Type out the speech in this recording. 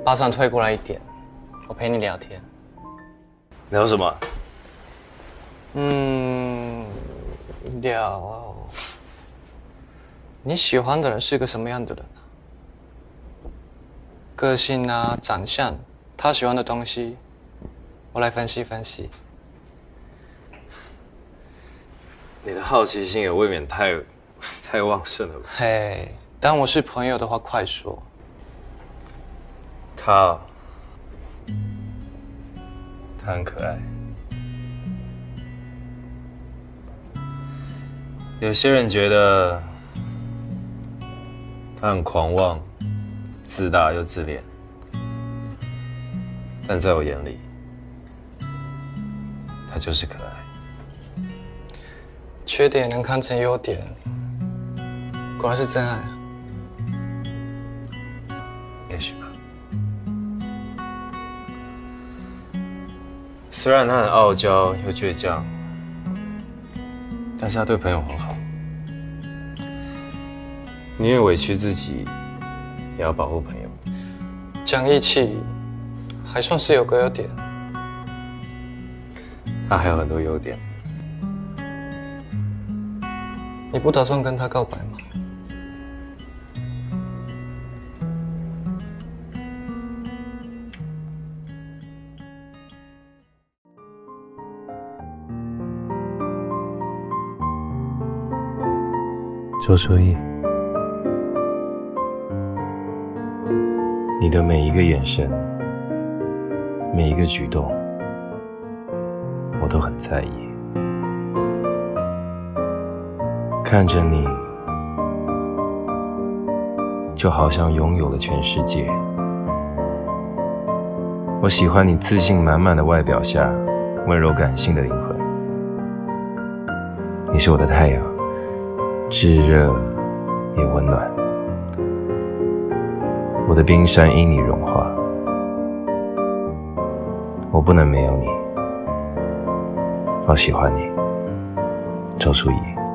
把伞推过来一点，我陪你聊天。 聊什么？ 聊你喜欢的人是个什么样的人啊？个性啊，长相，他喜欢的东西，我来分析分析。 你的好奇心也未免太旺盛了吧？ 嘿，当我是朋友的话，快说。 他很可爱。有些人觉得他很狂妄、自大又自恋，但在我眼里，他就是可爱。 缺点能看成优点，果然是真爱啊。 也许吧。虽然他很傲娇又倔强，但是他对朋友很好，宁愿委屈自己，也要保护朋友。 讲义气，还算是有个优点。 他还有很多优点。 你不打算跟他告白吗？ 周书毅，你的每一个眼神，每一个举动，我都很在意。看着你，就好像拥有了全世界。我喜欢你自信满满的外表下，温柔感性的灵魂。你是我的太阳，炙热也温暖。我的冰山因你融化，我不能没有你。我喜欢你，周书毅。